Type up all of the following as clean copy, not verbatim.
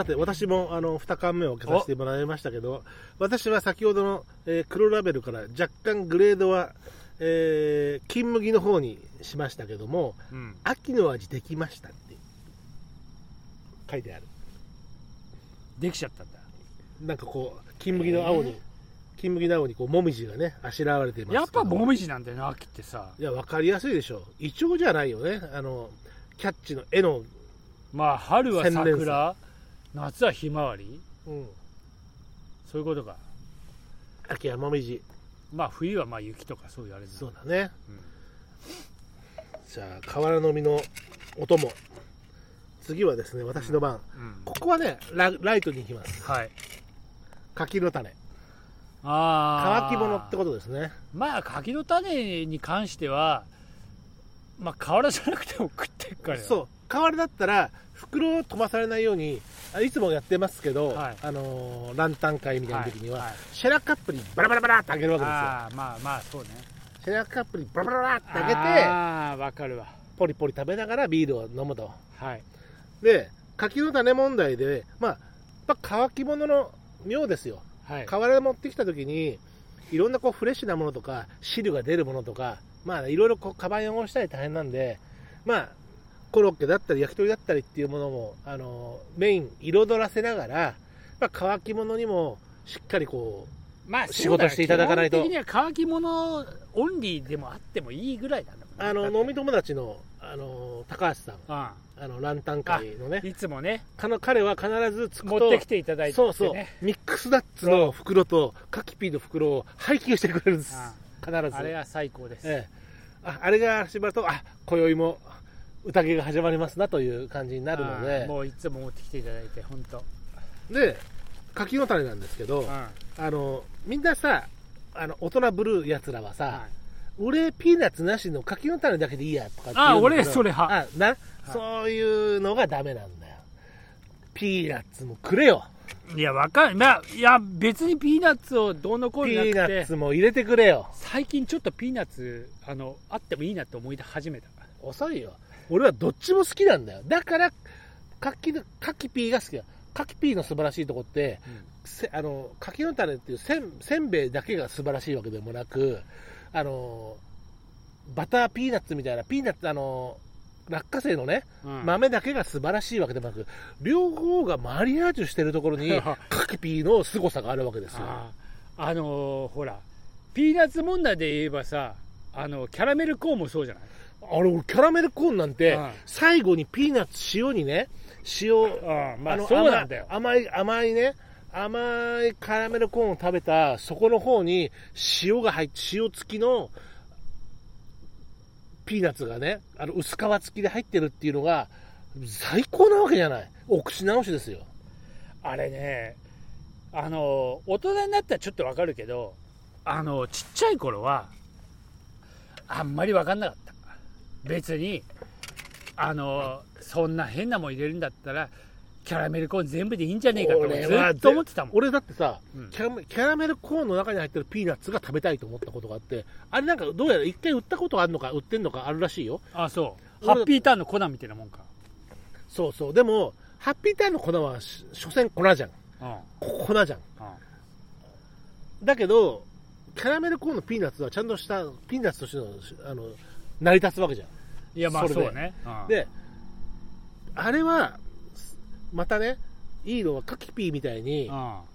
て私も2缶目を開けさせてもらいましたけど、私は先ほどの、黒ラベルから若干グレードは、金麦の方にしましたけども、うん、秋の味できましたって書いてある。 できちゃったんだ。 なんかこう金麦の青にこうもみじがねあしらわれてますけど。 やっぱもみじなんだよな、秋ってさ。 いや分かりやすいでしょ。イチョウじゃないよね。キャッチの絵の。 まあ春は桜、夏はひまわり、うん、そういうことか。 秋はもみじ、 まあ冬はまあ雪とかそういうあれだ。 そうだね、うん、じゃあ河原の実のお供、次はですね私の番、うんうん、ここはね ライトに行きます。はい。柿の種。乾き物ってことですね。 まあ柿の種に関してはまあ瓦じゃなくても食ってっからよ。 そう、瓦だったら袋を飛ばされないようにいつもやってますけど、はい、ランタン会みたいな時には、はいはい、シェラカップにバラバラバラってあげるわけですよ。 まあまあそうね。 シェラカップにバラバラバラってあげて、 わかるわ。 ポリポリ食べながらビールを飲むと。はい。で柿の種問題でまあ乾き物の妙ですよ。はい、瓦で持ってきた時にいろんなこうフレッシュなものとか汁が出るものとか、まあいろいろこうカバン汚したり大変なんで、まあコロッケだったり焼き鳥だったりっていうものもメイン彩らせながら、まあ、乾き物にもしっかりこう、まあ、仕事していただかないと。 基本的には乾き物オンリーでもあってもいいぐらいなんだもんね。 飲み友達の高橋さん、ランタン会のね、 いつもね彼は必ずつくと持ってきていただいて、ね、 そうミックスナッツの袋とカキピーの袋を配給してくれるんです。必ずあれは最高です。 あれが始まると今宵も宴が始まりますなという感じになるので、 もういつも持ってきていただいて本当で柿の種なんですけど、みんなさ大人ぶるやつらはさ、俺ピーナッツなしの柿の種だけでいいやとかって言うんだけど、 俺それ派そういうのがダメなんだよ。ピーナッツもくれよ。 いやわかる、いや別にピーナッツをどうのこうのなくて、 ピーナッツも入れてくれよ。 最近ちょっとピーナッツあってもいいなって思い始めた。 遅いよ。俺はどっちも好きなんだよ。だからカキピーが好きだ。カキピーの素晴らしいとこって、柿の種っていうせんべいだけが素晴らしいわけでもなく、バターピーナッツみたいなピーナッツ落花生のね、豆だけが素晴らしいわけでもなく、両方がマリアージュしてるところにカキピーの凄さがあるわけですよ。 ほらピーナッツ問題で言えばさ、キャラメルコーンもそうじゃない。 キャラメルコーンなんて、最後にピーナッツ塩にね、そうなんだよ。甘いね、甘いカラメルコーンを食べたそこの方に塩が入って、塩付きのピーナッツがね、薄皮付きで入ってるっていうのが最高なわけじゃない。お口直しですよ。 あれね、大人になったらちょっとわかるけど、ちっちゃい頃はあんまりわかんなかった。別にそんな変なもん入れるんだったらキャラメルコーン全部でいいんじゃねえかとずっと思ってたもん。 俺だってさ、キャラメルコーンの中に入ってるピーナッツが食べたいと思ったことがあって、あれなんかどうやら一回売ったことがあるのか売ってんのかあるらしいよ。 そうハッピーターンの粉みたいなもんか。 そうでもハッピーターンの粉は所詮粉じゃん、粉じゃん、だけどキャラメルコーンのピーナッツはちゃんとしたピーナッツとしての成り立つわけじゃん。 いやまあそうね。 であれはまたね、いいのはカキピーみたいに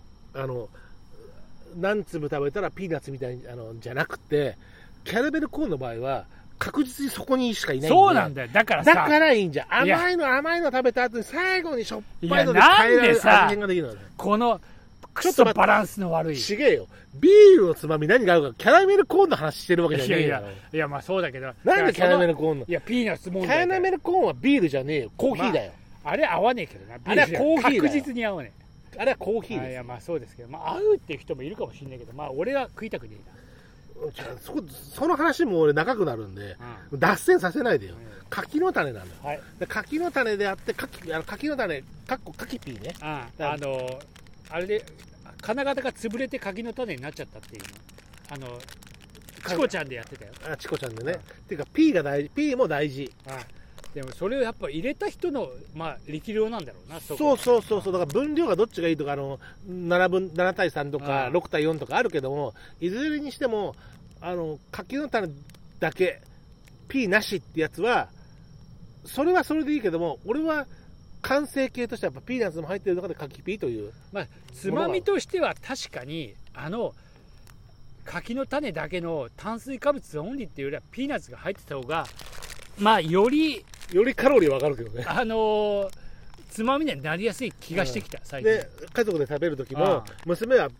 何粒食べたらピーナッツみたいにじゃなくて、キャラメルコーンの場合は確実にそこにしかいないんで。 そうなんだよ。だからいいんじゃん。甘いの食べた後に最後にしょっぱいので変えられる味変ができるのね。 このちょっとバランスの悪い。 ちげえよ。ビールのつまみ何が合うか、キャラメルコーンの話してるわけじゃねえよ。 いやまあそうだけど。 なんでキャラメルコーンの。 いやピーナッツ問題。 キャラメルコーンはビールじゃねえよ。コーヒーだよ。 あれ合わねえけどな。 あれはコーヒーだよ。 確実に合わねえ。あれはコーヒーです。 いやまあそうですけど、合うっていう人もいるかもしれないけど、俺は食いたくねえな。その話も俺長くなるんで、脱線させないでよ。柿の種なんだよ。柿の種であって柿の種カキピーね。 あれで金型が潰れて柿の種になっちゃったっていうの、チコちゃんでやってたよ。 チコちゃんでね。っていうか P も大事。 でもそれをやっぱ入れた人の、まあ、力量なんだろうな。 そうだから分量がどっちがいいとか7対3とか6対4とかあるけども、いずれにしても柿の種だけ P なしってやつはそれはそれでいいけども、俺は完成形としてはやっぱピーナッツも入ってる中で柿ピーという、 まあ、つまみとしては確かに柿の種だけの炭水化物オンリーっていうよりはピーナッツが入ってた方がまあよりカロリーは分かるけどね、 つまみになりやすい気がしてきた、最近。 で家族で食べる時も娘は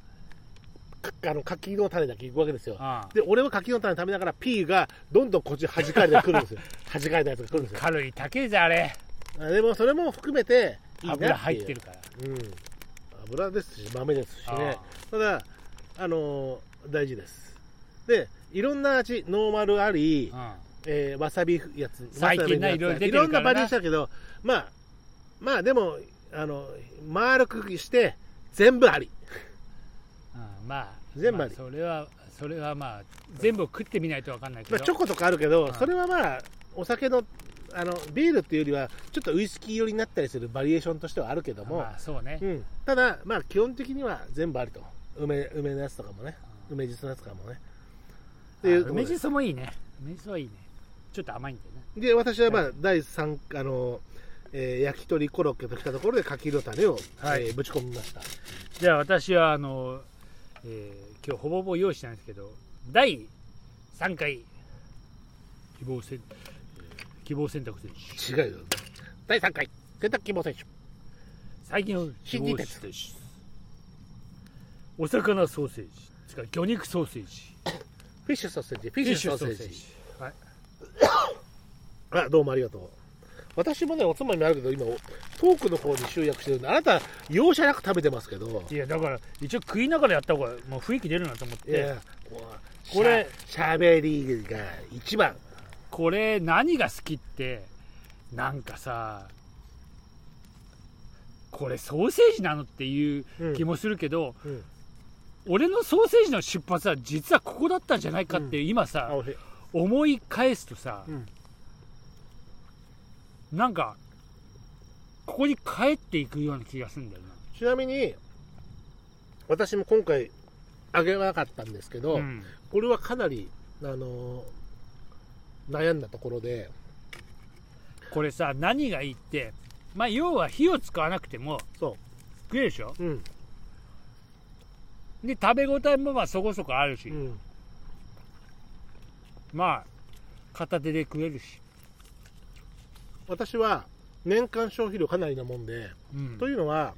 柿の種だけいくわけですよ。で俺は柿の種食べながらピーがどんどんこっち弾かれてくるんですよ弾かれたやつが来るんですよ。 カロリー高いぜあれ。 でもそれも含めていいなっていう。 油入ってるから、 油ですし豆ですしね。ただ大事です。でいろんな味、ノーマルあり、わさびやつ、 最近ねいろいろ出てるからな、 いろんなバリエーションだけど、まあでも丸くして全部あり、 まあ全部あり、 それはまあ全部食ってみないと分かんないけど、 チョコとかあるけど、それはまあお酒のビールっていうよりはちょっとウイスキー寄りになったりするバリエーションとしてはあるけども、 そうね、 ただまあ基本的には全部ありと。梅のやつとかもね、梅じそのやつとかもね。 梅じそもいいね。梅じそはいいね。ちょっと甘いんだよね。 で私はまあ第3焼き鳥コロッケときたところで柿の種を、ぶち込みました。 じゃあ私は今日ほぼほぼ用意してないんですけど、第3回希望選択選手。違うよ。第3回選択希望選手。 最近の希望選手。お魚ソーセージ、魚肉ソーセージ、 フィッシュソーセージ、フィッシュソーセージ。どうもありがとう。私もねおつまみあるけど今トークの方に集約してるんで、あなた容赦なく食べてますけど。 いやだから一応食いながらやった方がもう雰囲気出るなと思って。これしゃべりが一番。 これ何が好きってなんかさ、これソーセージなのっていう気もするけど、俺のソーセージの出発は実はここだったんじゃないかっていう、今さ思い返すとさ、なんかここに帰っていくような気がするんだよな。 ちなみに私も今回あげなかったんですけど、これはかなり悩んだところで、 これさ何がいいって、まあ要は火を使わなくても食えるでしょ。で食べ応えもまあそこそこあるし、まあ片手で食えるし。 私は年間消費量かなりなもんで、というのは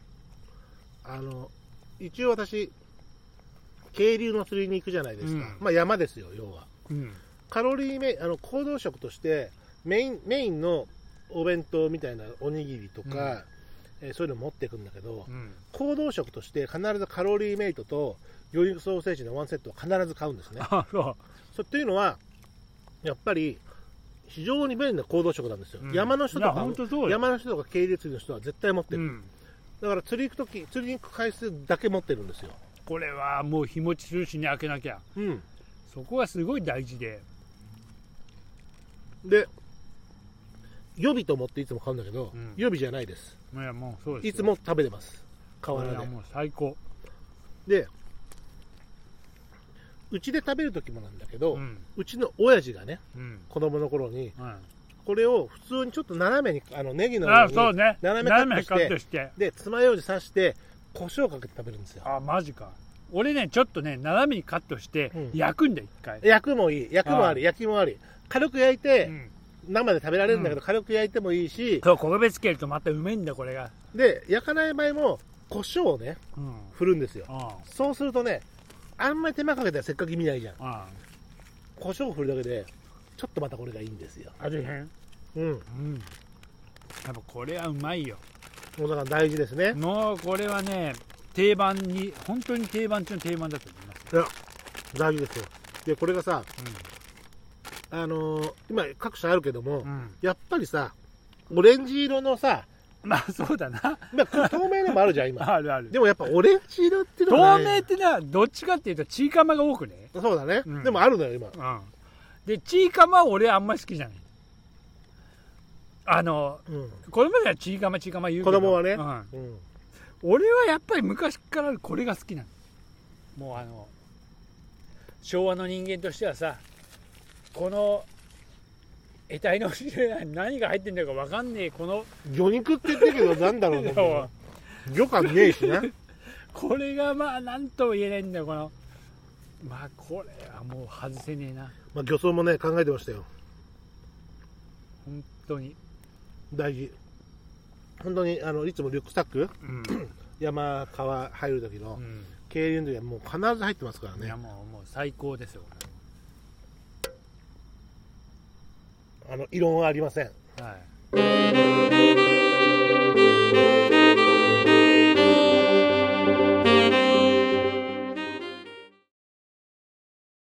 一応私渓流の釣りに行くじゃないですか、まあ山ですよ要は、カロリー行動食としてメインのお弁当みたいなおにぎりとか、そういうの持っていくんだけど、行動食として必ずカロリーメイトと魚肉ソーセージのワンセットを必ず買うんですね。そうっていうのはやっぱり非常に便利な行動食なんですよ、山の人とか渓流釣りの人は絶対持ってる、だから釣りに行く回数だけ持ってるんですよ。 これはもう日持ちするしね、開けなきゃ、そこがすごい大事で予備と思っていつも買うんだけど、予備じゃないです。 いやもうそうですよ、 いつも食べてます。河原で。 もう最高でうちで食べる時もなんだけど、うちの親父がね、子供の頃に、これを普通にちょっと斜めにネギのように斜めカットしてで爪楊枝刺して胡椒かけて食べるんですよ。 マジか。俺ねちょっとね斜めにカットして焼くんだよ、一回。 焼くもいい、焼きもあり、軽く焼いて、生で食べられるんだけど、軽く焼いてもいいし、 そう焦げつけるとまたうめえんだこれが。 で焼かない場合も胡椒をね、振るんですよ。そうするとね、あんまり手間かけたらせっかく意味ないじゃん。胡椒を振るだけでちょっとまたこれがいいんですよ。 味変。やっぱこれはうまいよ。 もうだから大事ですね。 もうこれはね定番に、本当に定番中の定番だと思います。 いや大事ですよ。でこれがさ、今各社あるけども、やっぱりさオレンジ色のさ、 まあそうだな、 透明のもあるじゃん今あるある。 でもやっぱオレンジ色っていうのが、 透明ってなどっちかっていうとチーカマが多くね。 そうだね、でもあるのよ今、 でチーカマは俺あんまり好きじゃない。 これまではちいかま言うけど、 子供はね、 俺はやっぱり昔からこれが好きなの。もう昭和の人間としてはさ、この得体の知れない何が入ってんだか分かんねえこの魚肉って言ってるけどなんだろうね魚感ねえしねこれがまあ何とも言えないんだよ。まあこれはもう外せねえな。 まあ漁村もね考えてましたよ。 本当に大事。本当にいつもリュックサック、山川入る時の渓流の時はもう必ず入ってますからね。 いやもう最高ですよ。 異論はありません。 はい。